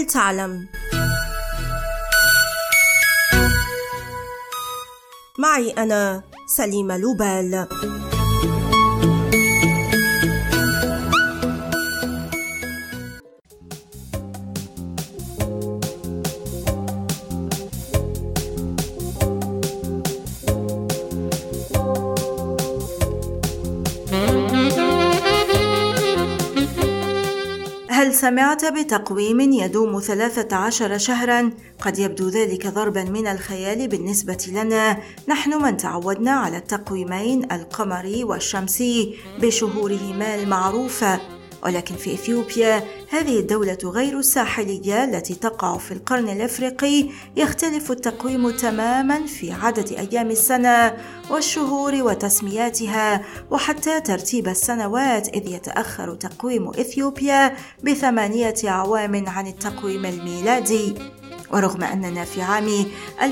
هل تعلم؟ معي أنا سليمة لوبال. هل سمعت بتقويم يدوم 13 شهراً؟ قد يبدو ذلك ضرباً من الخيال بالنسبة لنا نحن من تعودنا على التقويمين القمري والشمسي بشهورهما المعروفة، ولكن في إثيوبيا هذه الدولة غير الساحلية التي تقع في القرن الأفريقي يختلف التقويم تماماً في عدد أيام السنة والشهور وتسمياتها وحتى ترتيب السنوات، إذ يتأخر تقويم إثيوبيا ب8 أعوام عن التقويم الميلادي. ورغم أننا في عام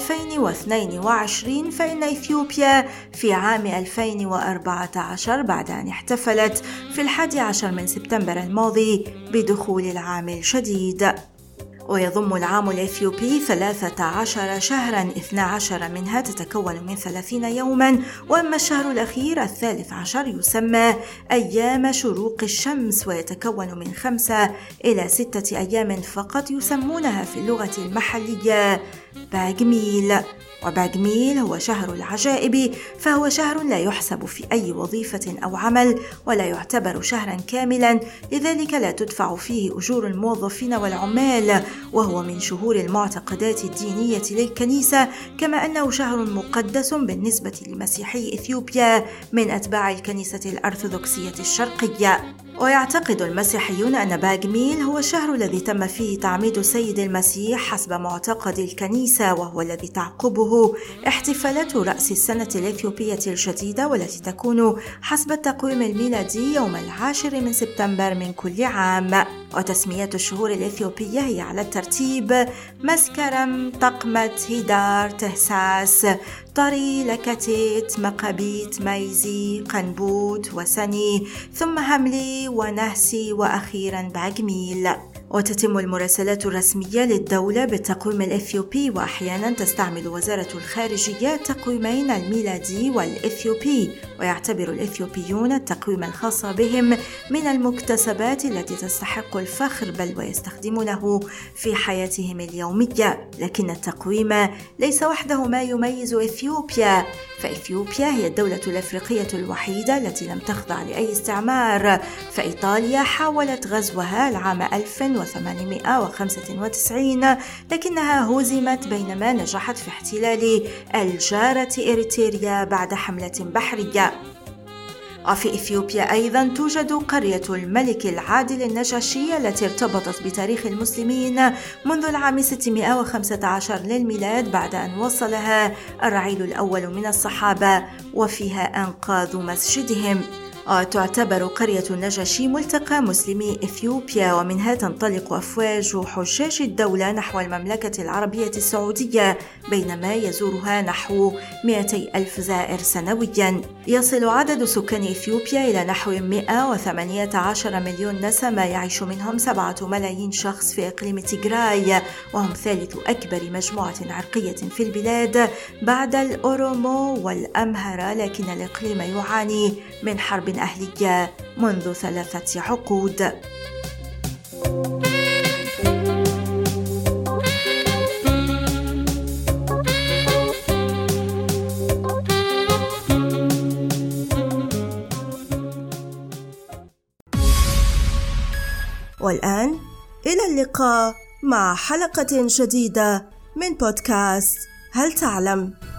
2022 فإن إثيوبيا في عام 2014 بعد أن احتفلت في 11 من سبتمبر الماضي بدخول العام الجديد. ويضم العام الإثيوبي 13 شهراً، 12 منها تتكون من 30 يوماً، وأما الشهر الأخير 13 يسمى أيام شروق الشمس ويتكون من 5 إلى 6 أيام فقط يسمونها في اللغة المحلية باغميل. وباغميل هو شهر العجائب، فهو شهر لا يحسب في أي وظيفة أو عمل ولا يعتبر شهرا كاملا، لذلك لا تدفع فيه أجور الموظفين والعمال، وهو من شهور المعتقدات الدينية للكنيسة، كما أنه شهر مقدس بالنسبة لمسيحي إثيوبيا من أتباع الكنيسة الأرثوذكسية الشرقية. ويعتقد المسيحيون أن باغميل هو الشهر الذي تم فيه تعميد السيد المسيح حسب معتقد الكنيسة، وهو الذي تعقبه احتفالات رأس السنة الإثيوبية الجديدة، والتي تكون حسب التقويم الميلادي يوم 10 من سبتمبر من كل عام. وتسميات الشهور الإثيوبية هي على الترتيب: مسكرم، تقمت، هيدار، تهساس، طري، لكتيت، مقابيت، ميزي، قنبوت وسني، ثم هملي ونهسي، وأخيرا باغميل. وتتم المراسلات الرسمية للدولة بالتقويم الإثيوبي، وأحيانا تستعمل وزارة الخارجية التقويمين الميلادي والإثيوبي، ويعتبر الإثيوبيون التقويم الخاص بهم من المكتسبات التي تستحق الفخر، بل ويستخدمونه في حياتهم اليومية. لكن التقويم ليس وحده ما يميز إثيوبيا، فإثيوبيا هي الدولة الأفريقية الوحيدة التي لم تخضع لأي استعمار، فإيطاليا حاولت غزوها العام 1895 لكنها هزمت، بينما نجحت في احتلال الجارة إريتريا بعد حملة بحرية. وفي إثيوبيا أيضا توجد قرية الملك العادل النجاشي التي ارتبطت بتاريخ المسلمين منذ العام 615 للميلاد، بعد أن وصلها الرعيل الأول من الصحابة وفيها أنقاذ مسجدهم. تعتبر قرية النجاشي ملتقى مسلمي إثيوبيا، ومنها تنطلق أفواج حجاج الدولة نحو المملكة العربية السعودية، بينما يزورها نحو 200,000 زائر سنويا. يصل عدد سكان إثيوبيا إلى نحو 118 مليون نسمة، يعيش منهم 7 ملايين شخص في إقليم تيغراي، وهم ثالث أكبر مجموعة عرقية في البلاد بعد الأورومو والأمهرة، لكن الإقليم يعاني من حرب أهلية منذ 3 عقود. والآن إلى اللقاء مع حلقة جديدة من بودكاست هل تعلم؟